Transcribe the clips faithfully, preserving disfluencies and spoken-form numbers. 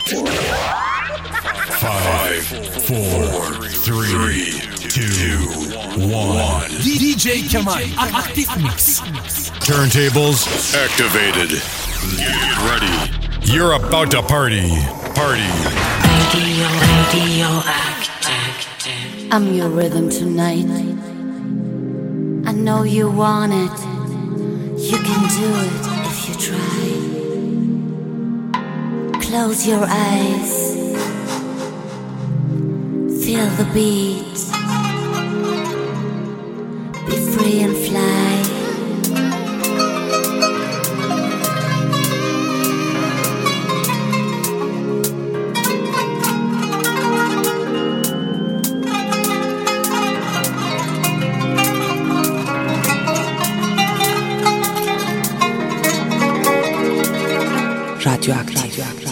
Five, four, three, two, one. D J Kemal Aktif Mix. Turntables activated. Get ready. You're about to party. Party. Radio, radio active. I'm your rhythm tonight. I know you want it. You can do it if you try. Close your eyes. Feel the beat. Be free and fly. Radyoaktif. Radyoaktif.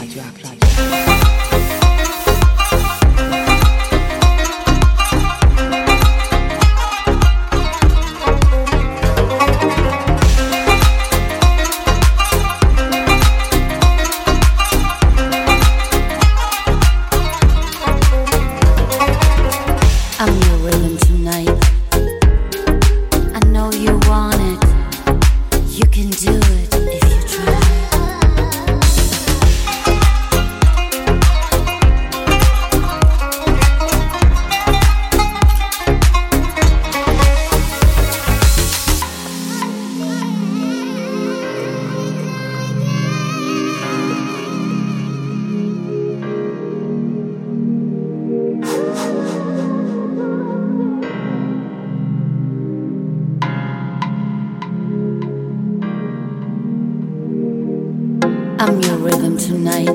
I'm your rhythm tonight.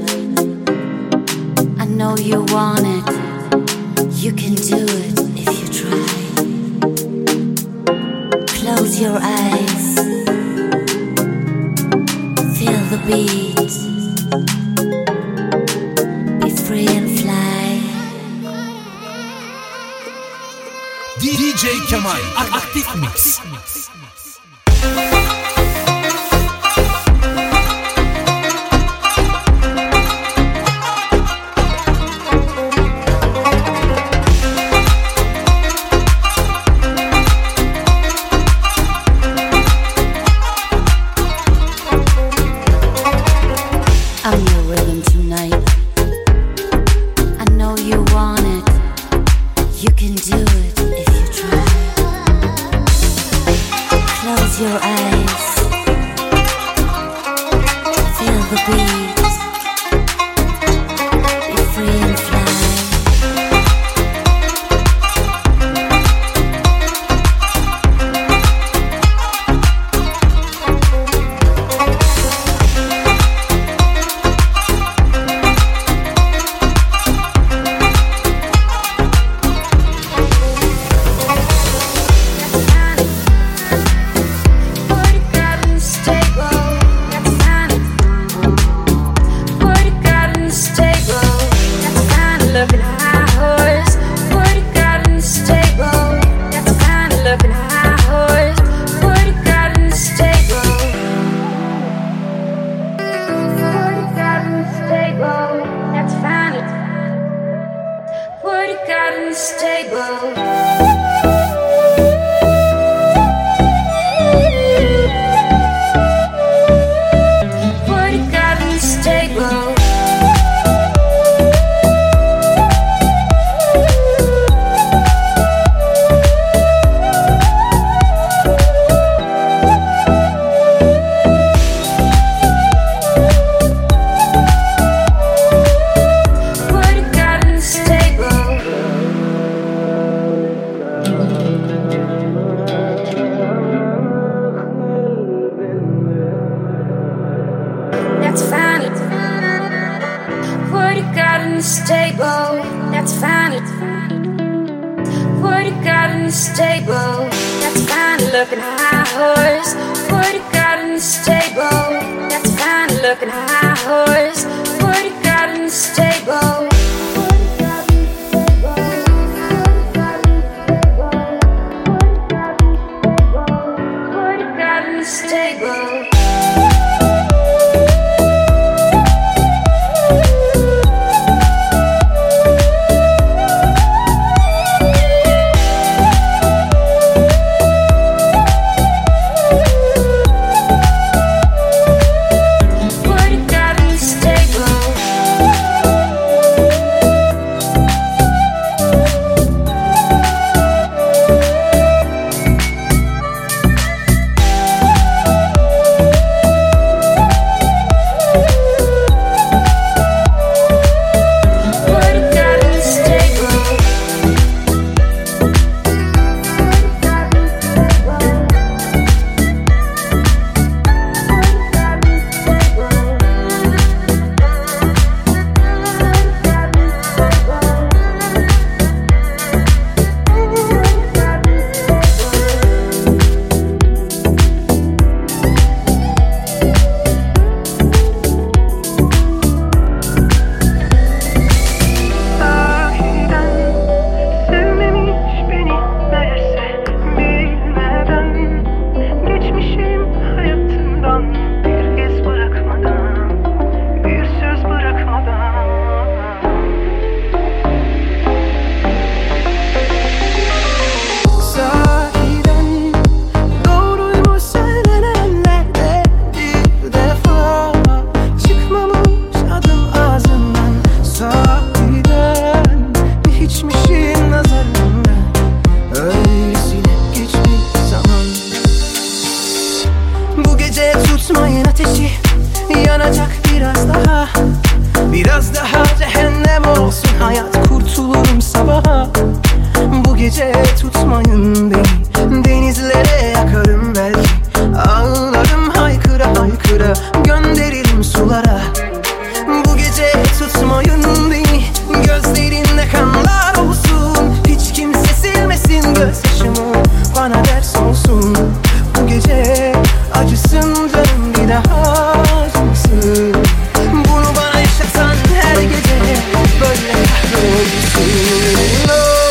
I know you want it. You can do it if you try. Close your eyes. Feel the beat. Be free and fly. D J Kemal Aktif Mix. Stable. Biraz daha cehennem olsun hayat, kurtulurum sabaha. Bu gece tutmayın beni, denizlere yakarım belki. Ağlarım haykıra haykıra, gönderirim sulara. Bu gece tutmayın beni, gözlerinde kanlar olsun. Hiç kimse silmesin gözyaşımı, bana ders olsun. Bu gece acısın canım, bir daha acımasın. Bunu bana yaşatan her gece böyle kahrolsun.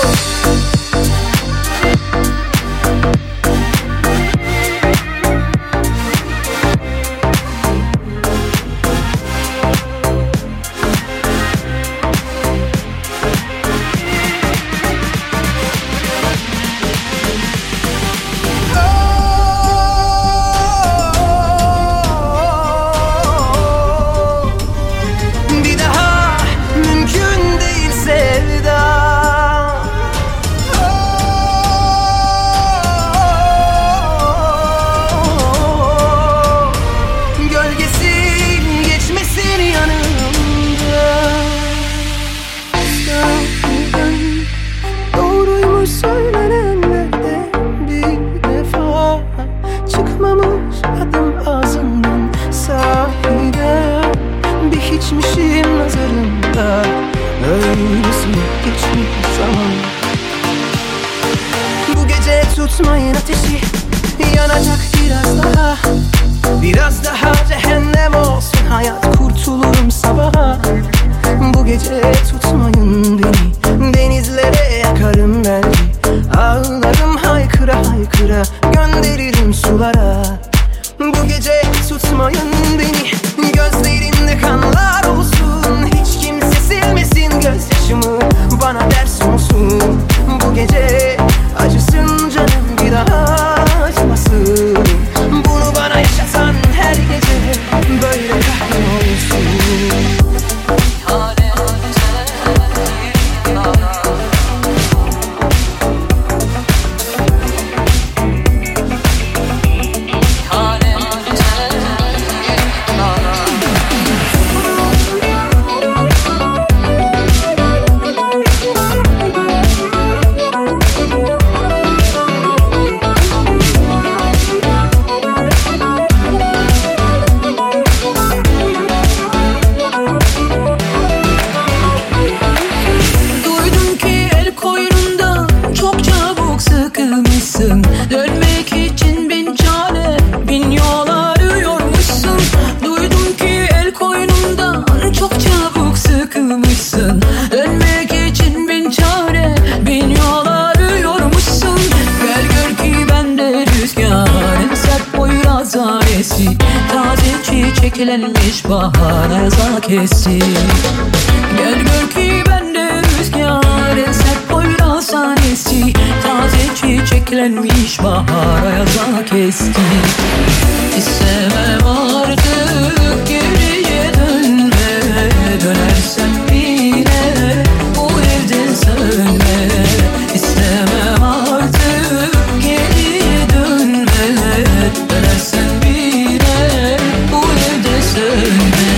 Tutmayın ateşi, yanacak biraz daha. Biraz daha cehennem olsun hayat, kurtulurum sabaha. Bu gece tutmayın beni, denizlere yakarım belki. Ağlarım haykıra haykıra, gönderirim sulara. Bu gece tutmayın beni, gözlerimde kanlar olsun. Hiç kimse silmesin gözyaşımı, bana ders olsun. Bu gece acısın canım, bir daha acımasın. Bunu bana yaşatan her gece böyle kahrolsun. Dönmek için bin çare, bin yol arıyormuşsun. Duydum ki el koynundan çok çabuk sıkılmışsın. Dönmek için bin çare, bin yol arıyormuşsun. Gel gör ki bende rüzgarın sert boyraz zaresi. Taze çiçeklenmiş bahar yaza kesti. Gel gör ki bende rüzgarın sert boyraz zaresi. Taze çiçeklenmiş bahar yaza kesti. İstemem artık geriye dönme. Dönersem yine bu evden sönme. İstemem artık geriye dönme. Dönersem yine bu evde sönme.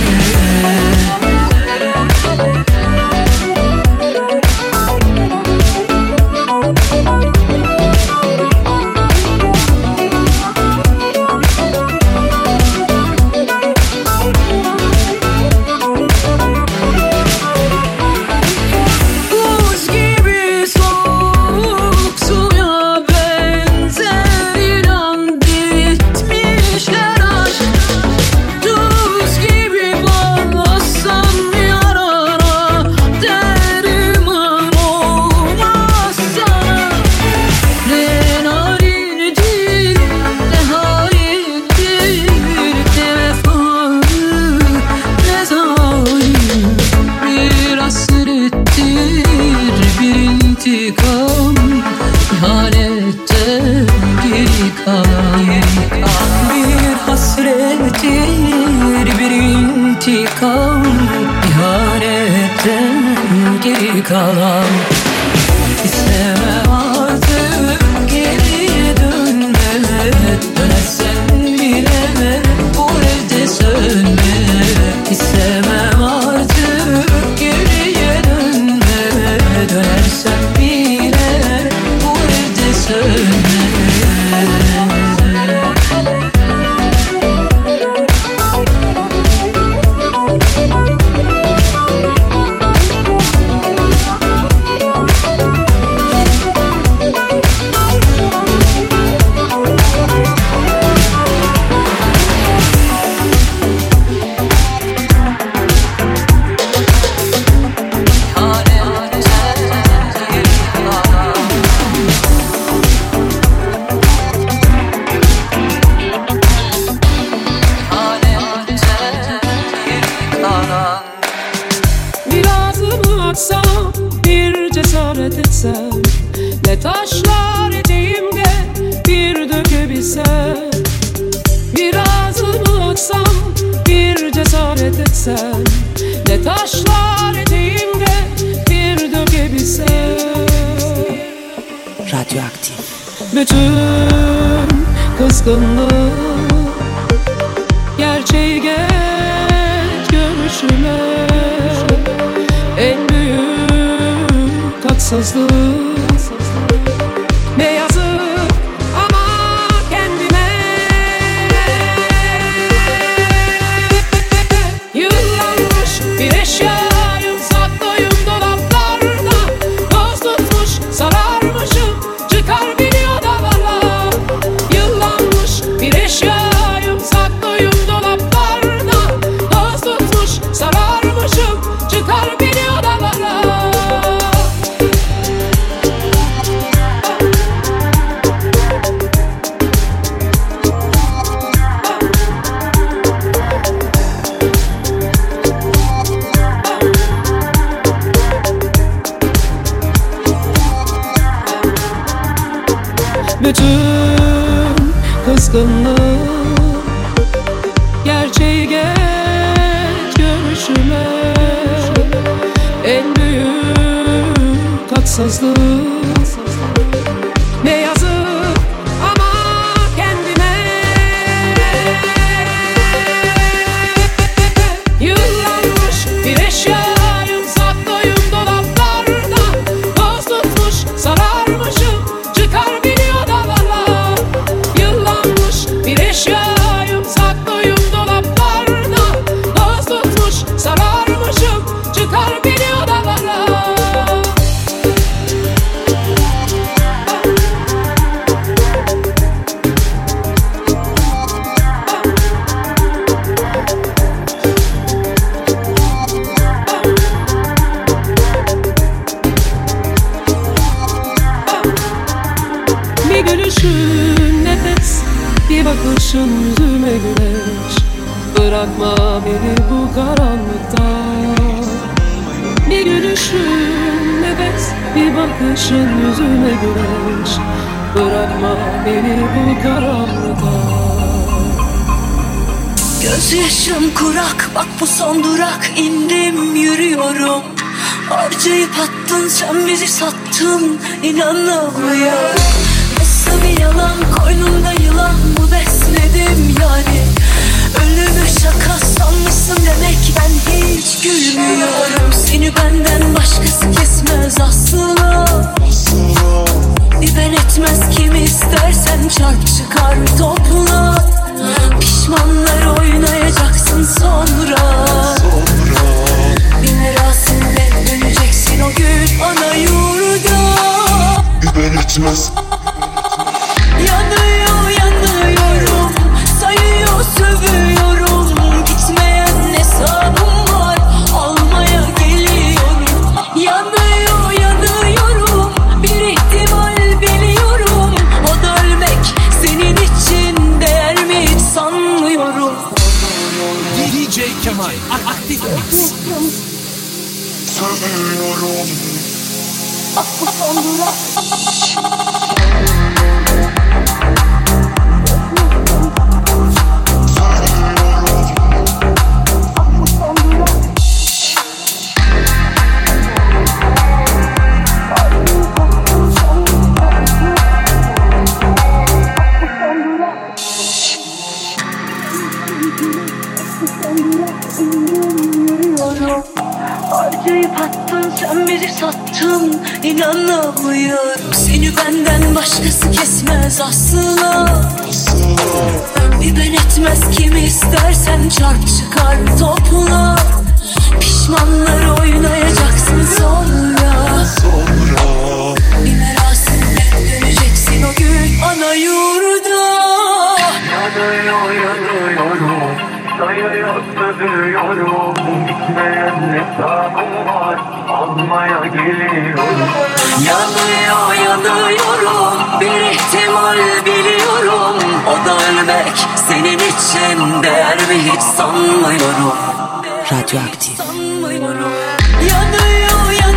intikam, ihanetten geri kalan. İstemem artık geriye dönme, dönersen bile bu evde sönme. İstemem artık unutsam, bir cesaret etsem, ne taşlar eteğimde bir dökebilsem. Biraz unutsam, bir cesaret etsem, ne taşlar eteğimde bir dökebilsem. Radyoaktif. Bütün kızgınlık gerçeği geç görüşüme, en büyük haksızlık. Ne yazık ama kendime. Yıllanmış bir eşyayım, saklıyım dolaplarda. Toz tutmuş sararmışım, çıkar beni odalara. Yıllanmış bir eşyayım, saklıyım dolaplarda. Toz tutmuş sararmışım, çıkar beni odalara. Bütün kızgınlık gerçeği geç görüşüme, en büyük haksızlık. Ne yazık ama kendime. Yıllanmış bir eşyayım, saklıyım dolaplarda. Toz tutmuş sararmışım, çıkar beni odalara. Yıllanmış bir eşyayım, saklıyım dolaplarda. Toz tutmuş sararmışım, çıkar beni odalara. Bir gülüşün nefes, bir bakışın yüzüme güneş. Bırakma beni bu karanlıkta. Bir gülüşün nefes, bir bakışın yüzüme güneş. Bırakma beni bu karanlıkta. Gözyaşım kurak, bak bu son durak. İndim yürüyorum. Harcayıp attın, sen bizi sattın, inanamıyorum. Nasıl bir yalan, koynumda yılan mı besledim yani. Ölümü şaka sanmışsın demek, ben hiç gülmüyorum. Seni benden başkası kesmez asla. Bir ben etmez, kim istersen çarp çıkar topla. Pişmanlar oynayacaksın sonra. Bir merasimle döneceksin o gün ana yurda. Bir ben etmez. Yanıyor yanıyorum, sayıyor sövüyorum. Gitmeyen hesabım var, almaya geliyorum. Yanıyor yanıyorum, bir ihtimal biliyorum. O da ölmek senin için değer mi hiç sanmıyorum. D J Kemal Aktif Mix. Seviyorum. Bak bu son durak. Harcayıp attın, sen bizi sattın, inanamıyorum. Seni benden başkası kesmez asla. Bir ben etmez, kim istersen çarp çıkar topla. Pişmanlar oynayacaksın sonra. Bir merasimle döneceksin o gün ana yurda. Yanıyor yanıyorum, sayıyor sövüyorum. Gitmeyen hesabım var, almaya geliyorum. Yanıyor yanıyorum, bir ihtimal biliyorum. O da ölmek senin için değer mi hiç sanmıyorum. Radyoaktif. Sanmıyorum. Yanıyor yanıyorum.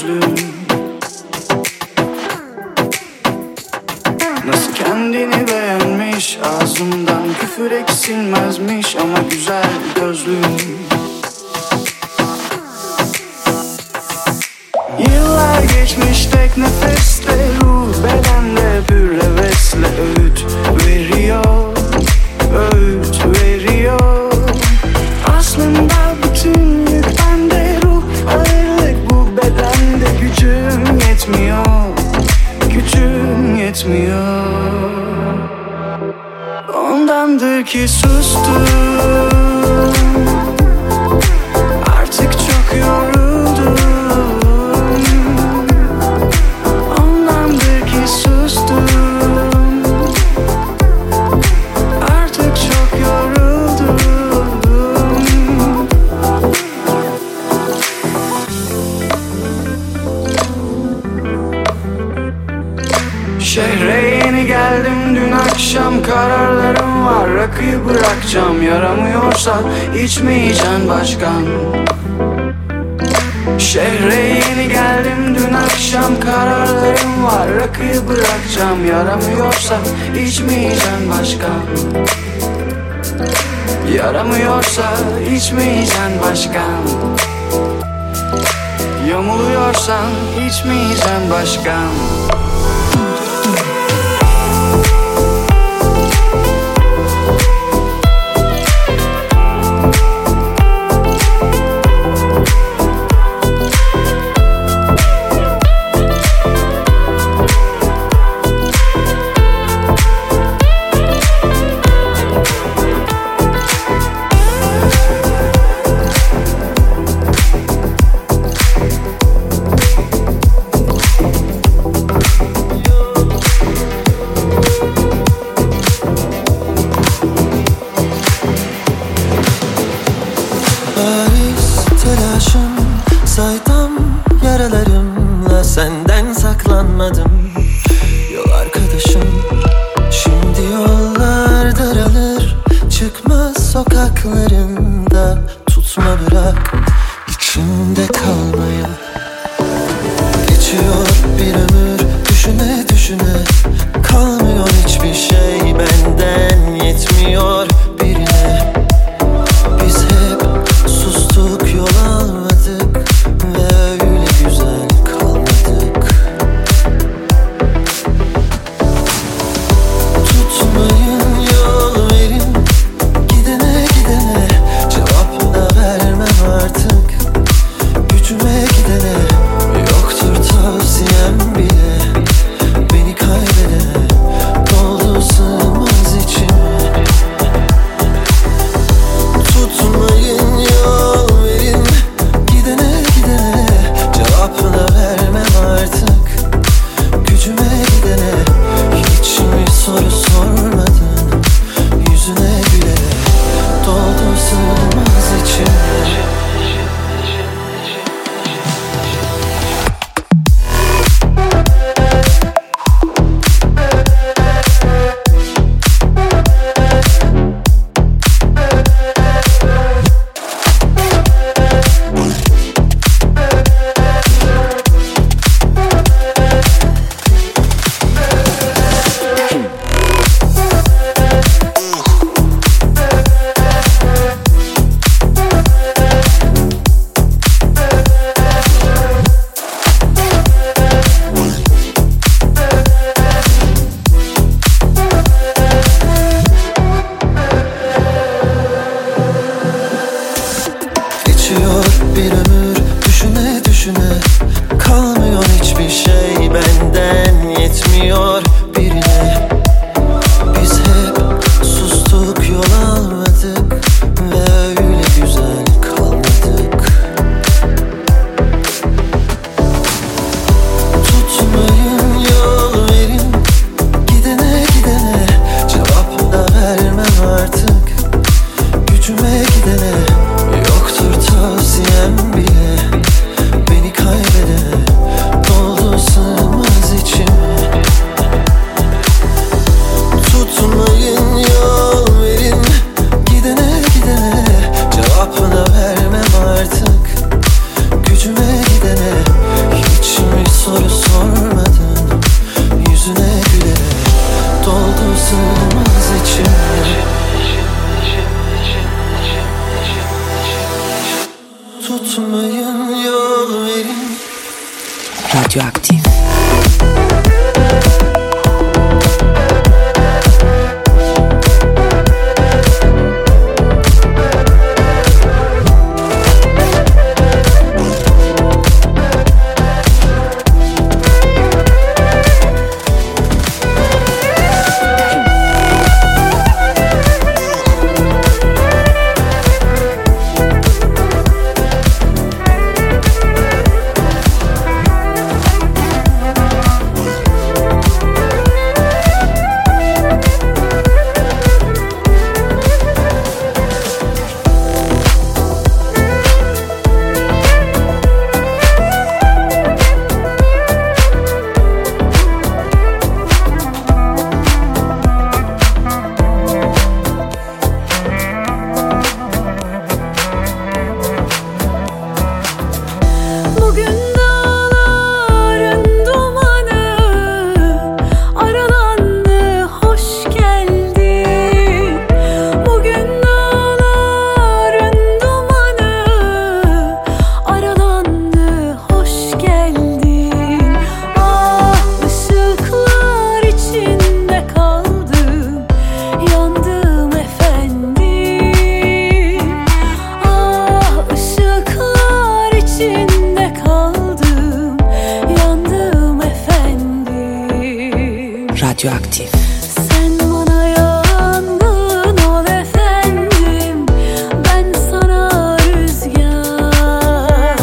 gözlüm. Nasıl kendini beğenmiş, ağzımdan küfür eksilmezmiş ama güzel gözlüm. Yıllar geçmiş tek nefeste, ruh bedende bir hevesle öğüt veriyor, öğüt veriyor. Aslında bütün yük bende, ruh ağırlık bu bedende. Gücüm yetmiyor, gücüm yetmiyor. Ondandır ki sustum, artık çok yoruldum. Ondandır ki sustum, artık çok yoruldum. Şehre yeni geldim dün akşam, kararlarım var, rakıyı bırakacağım. Yaramıyorsa içmeyeceksin başkan. Şehre yeni geldim dün akşam, kararlarım var, rakıyı bırakacağım. Yaramıyorsa içmeyeceksin başkan. Yaramıyorsa içmeyeceksin başkan. Yamuluyorsan içmeyeceksin başkan. Senden saklanmadım yol arkadaşım. Şimdi yollar daralır, çıkmaz sokaklarında. Tutma bırak içimde kalmayı. Geçiyor bir ömür düşüne düşüne, kalmıyor hiçbir şey benden yetmiyor birine. Biz hep sustuk, yol almadık ve öyle güzel kalmadık. Tutmayın, yol verin, gidene gidene cevap da vermem artık. Gücüme gidene yoktur tavsiye. Radyoaktif. Radyoaktif. Sen bana yangın ol efendim, ben sana rüzgar.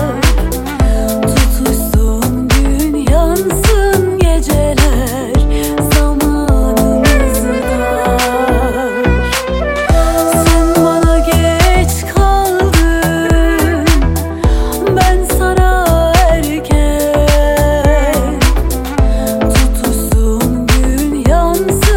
Tutuşsun gün, yansın geceler, zamanımız dar. Sen bana geç kaldın, ben sana erken. Tutuşsun gün, yansın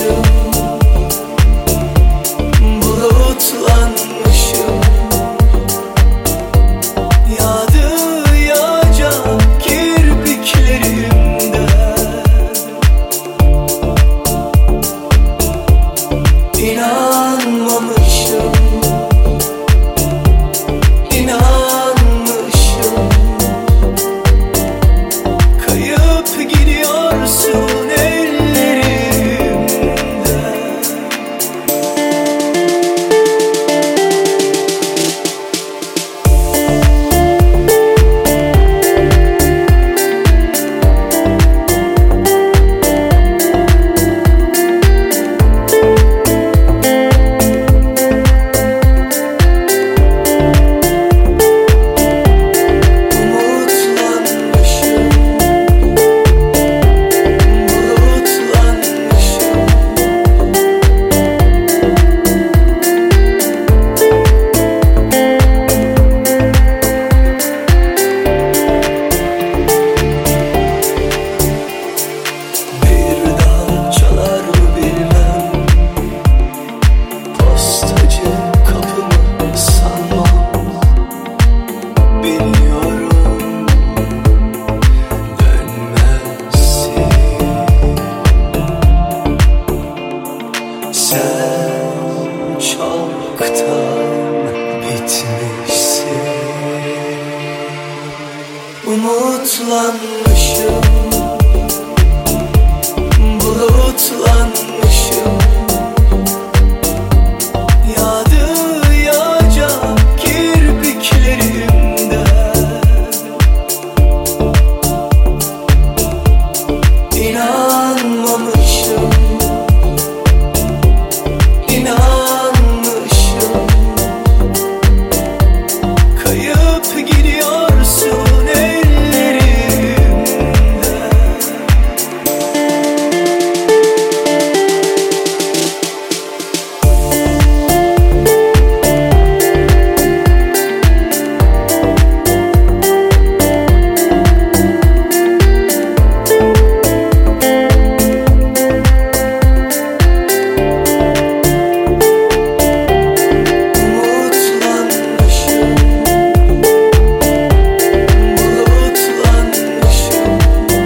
bulutlanmışım. Yağdı yağacak kirpiklerimde. İnanmamışım, inanmışım. Kayıp gidiyorsun ellerimde. Bir daha çalar mı bilmem, postacı kapımı sanmam. Biliyorum dönmezsin. Sen çoktan bitmişsin. Umutlanmışım, bulutlanmışım. Yağdı yağacak kirpiklerimde. İnanmamışım, inanmışım. Kayıp gidiyorsun ellerimde. Umutlanmışım, bulutlanmışım.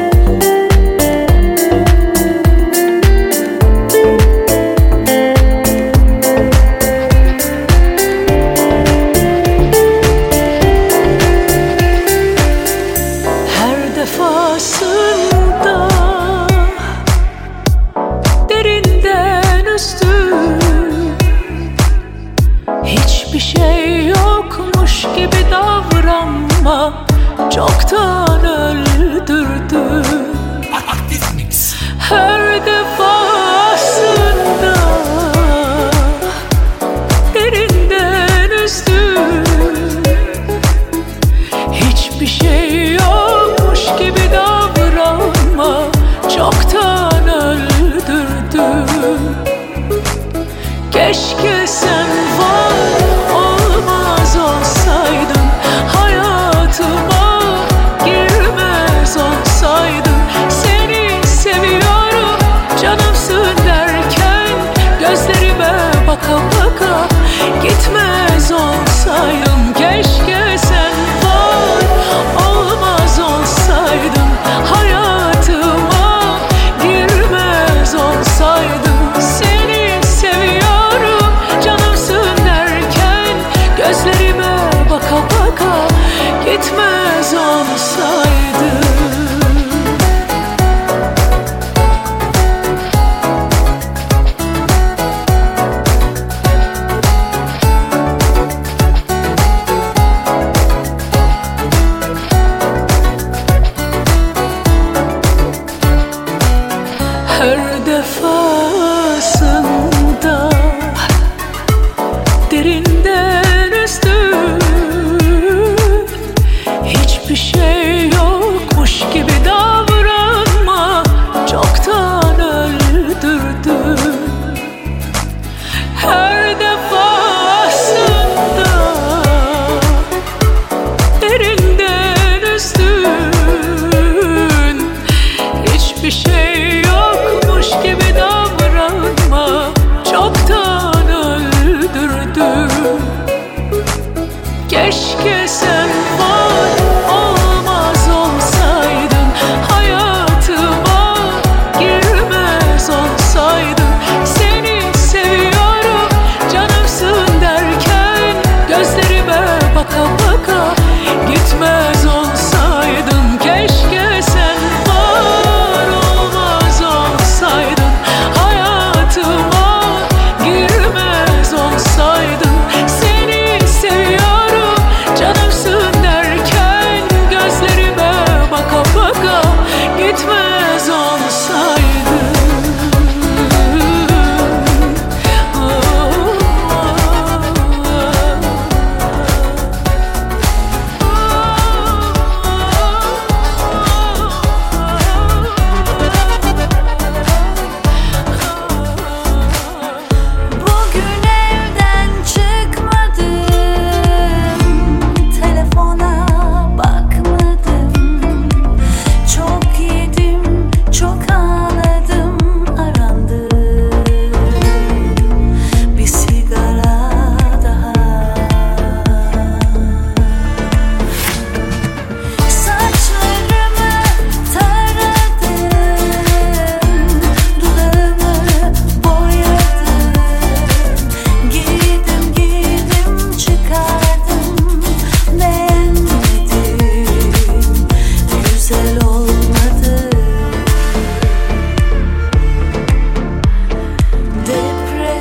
Her defasında derinden üstün, hiçbir şey yokmuş gibi davranma, çoktan öldürdüm. Her defasında derinden üstün, hiçbir şey yokmuş gibi davranma, çoktan öldürdüm. Keşke sen var olmaz olsaydın, hayatıma girmez olsaydın. Seni seviyorum, canımsın derken gözlerime baka baka gitmez olsaydın. Keşke sen var olmaz olsaydın, hayatıma girmez olsaydın. Seni seviyorum, canımsın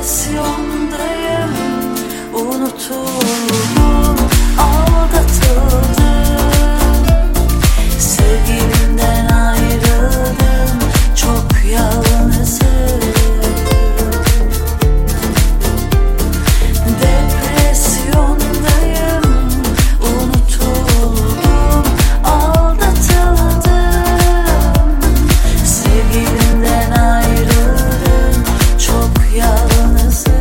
Depresyondayım, unutuldum, aldatıldım, sevgilimden ayrıldım, çok yalnızım. Depresyondayım, unutuldum, aldatıldım, sevgilimden ayrıldım, çok yalnızım.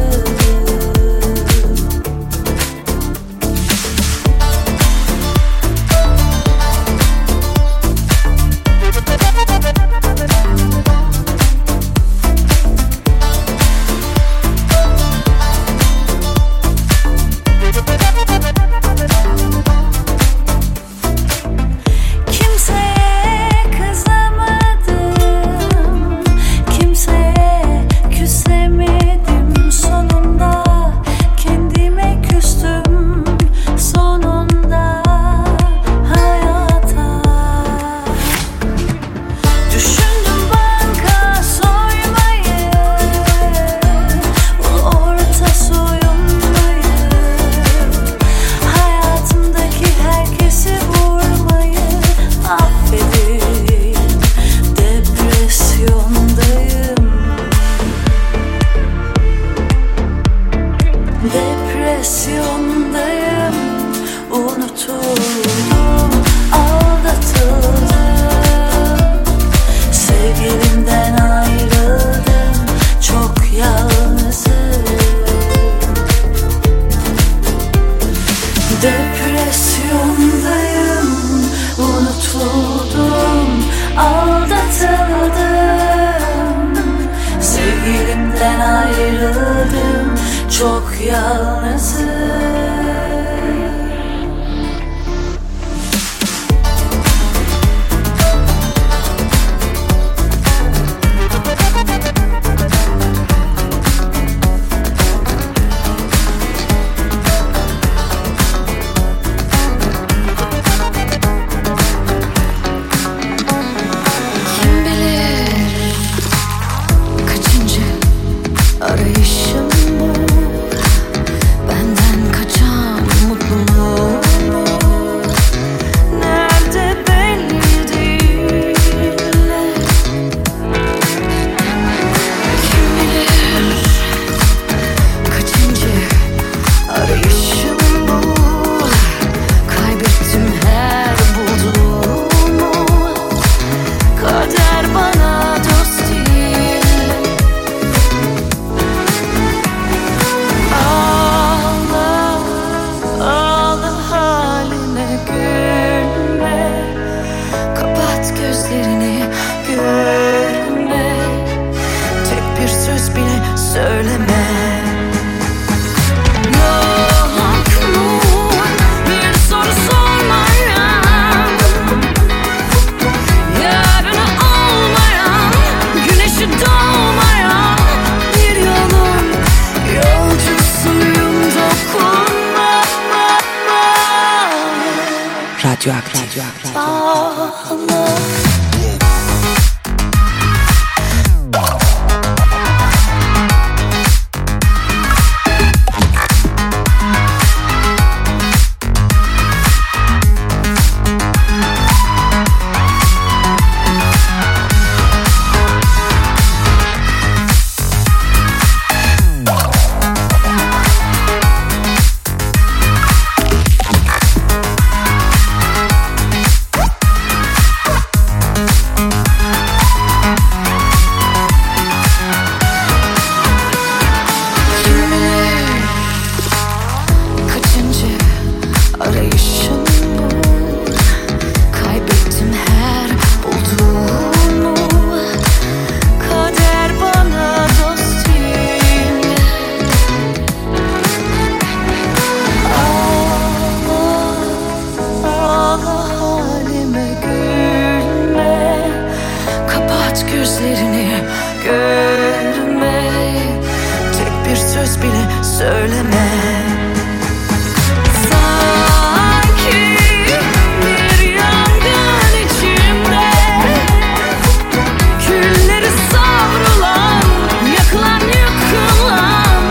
Kimseye kızamadım, kimseye küsemedim, sonunda kendime küstüm, sonunda hayata. Düşündüm banka soymayı, bu orta soyunmayı, hayatımdaki herkesi vurmayı, affedin. Depresyondayım, depresyondayım, unutuldum, aldatıldım, sevgilimden ayrıldım, çok yalnızım. Depresyondayım, unutuldum, aldatıldım, sevgilimden ayrıldım, çok yalnızım. Kim bilir kaçıncı arayışım bu, benden kaçan mutluluğum, nerede belli değil. Kim bilir kaçıncı arayışım bu, kaybettim her bulduğumu, kader bana dost değil. Ağla, ağla halime gülme, kapat gözlerini görme, tek bir söz bile söyleme. Yok mu bir soru sormayan, yarını olmayan, güneşi doğmayan bir yolun yolcusuyum, dokunma. Radyoaktif. Ağla. Kim bilir kaçıncı arayışım bu, kaybettim her bulduğumu, kader bana dost değil. Ağla, ağla halime gülme, kapat gözlerini görme, tek bir söz bile söyleme. Sanki bir yangın içimde, külleri savrulan, yakılan yıkılan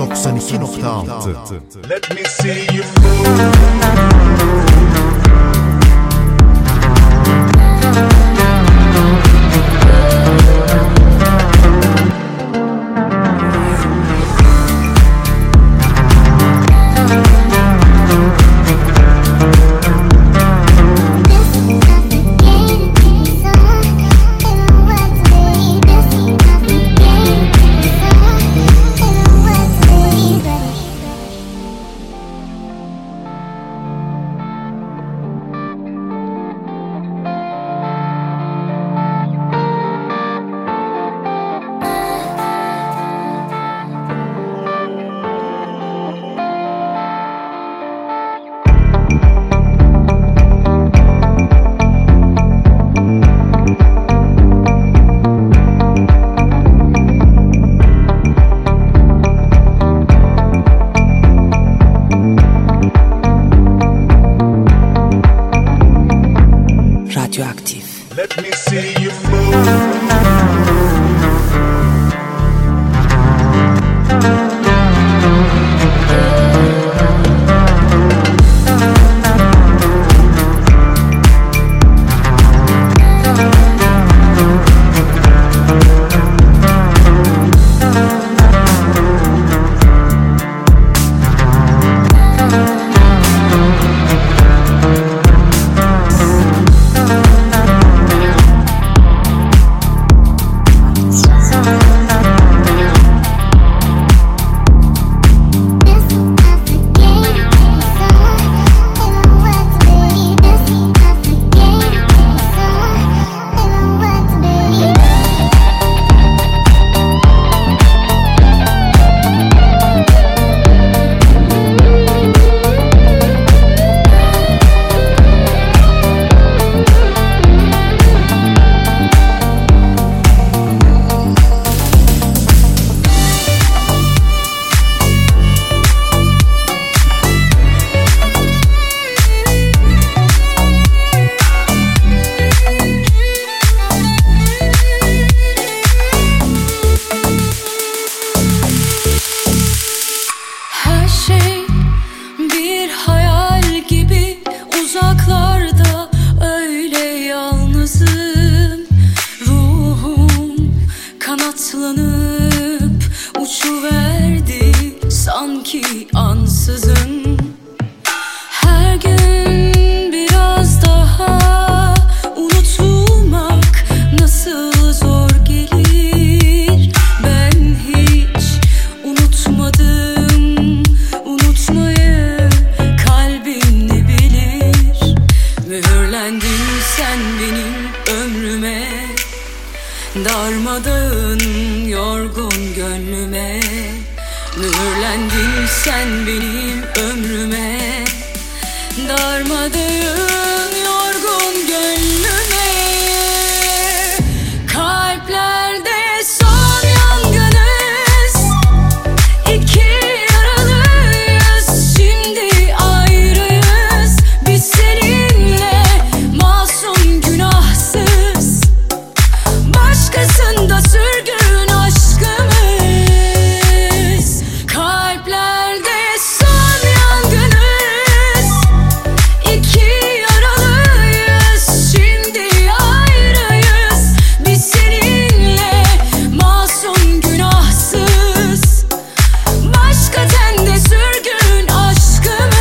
doksan iki nokta altı. Let me see you move. Let me see you move. Kanatlanıp uçuverdi sanki ansızın. Her gün biraz daha unutulmak nasıl zor gelir. Ben hiç unutmadım unutmayı, kalbim ne bilir. Mühürlendin sen benim ömrüme, darmadağın yorgun gönlüme. Mühürlendin sen benim ömrüme, darmadağın yorgun gönlüme. Kalplerde son yangınız, iki yaralıyız, şimdi ayrıyız. Biz seninle masum günahsız, başkasında sürgün aşkımız. Kalplerde son yangınız, iki yaralıyız, şimdi ayrıyız. Biz seninle masum günahsız, başka tende sürgün aşkımız.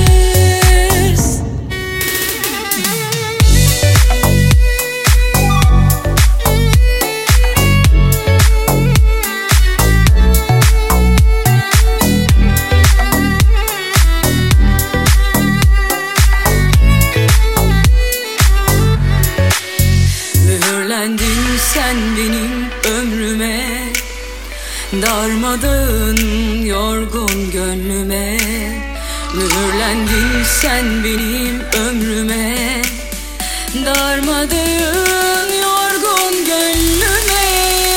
Mühürlendin sen benim ömrüme, darmadağın yorgun gönlüme. Mühürlendin sen benim ömrüme, darmadağın yorgun gönlüme.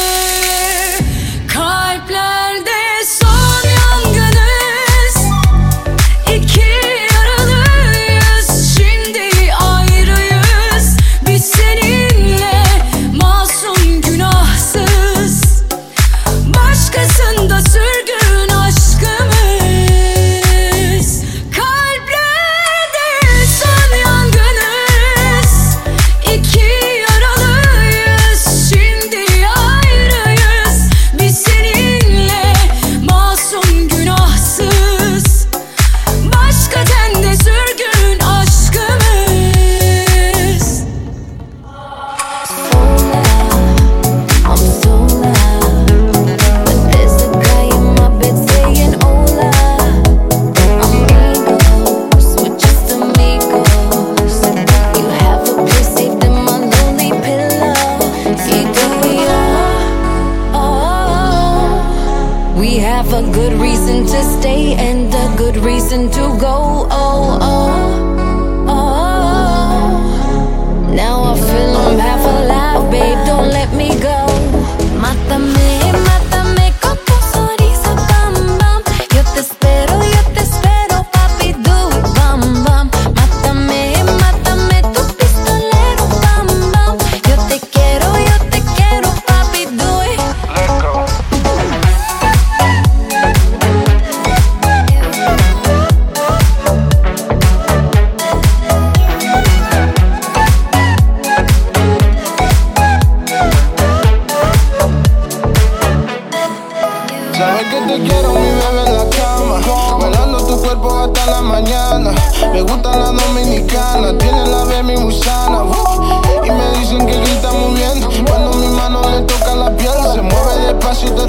Kalplerde son yangınız, iki yaralıyız, şimdi ayrıyız. Biz seninle masum günahsız, başkasında sürgün aşkımız. have a good reason to stay and a good reason to go. Oh, oh, oh. Now I feel I'm half alive, babe, don't let me go. Mátame, mátame con tu sonrisa, bam, bam. Yo te espero, yo te espero, papi, do it, bam, bam. Mátame, mátame tu pistolero, bam, bam. Yo te quiero, yo te quiero, papi, do it. Let go. Sabes que te quiero, mi bebé, en la cama, bailando tu cuerpo hasta la mañana. Me gusta la dominicana, tiene la baby muy sana, uh, y me dicen que grita muy bien cuando mi mano le toca la piel. Se mueve despacito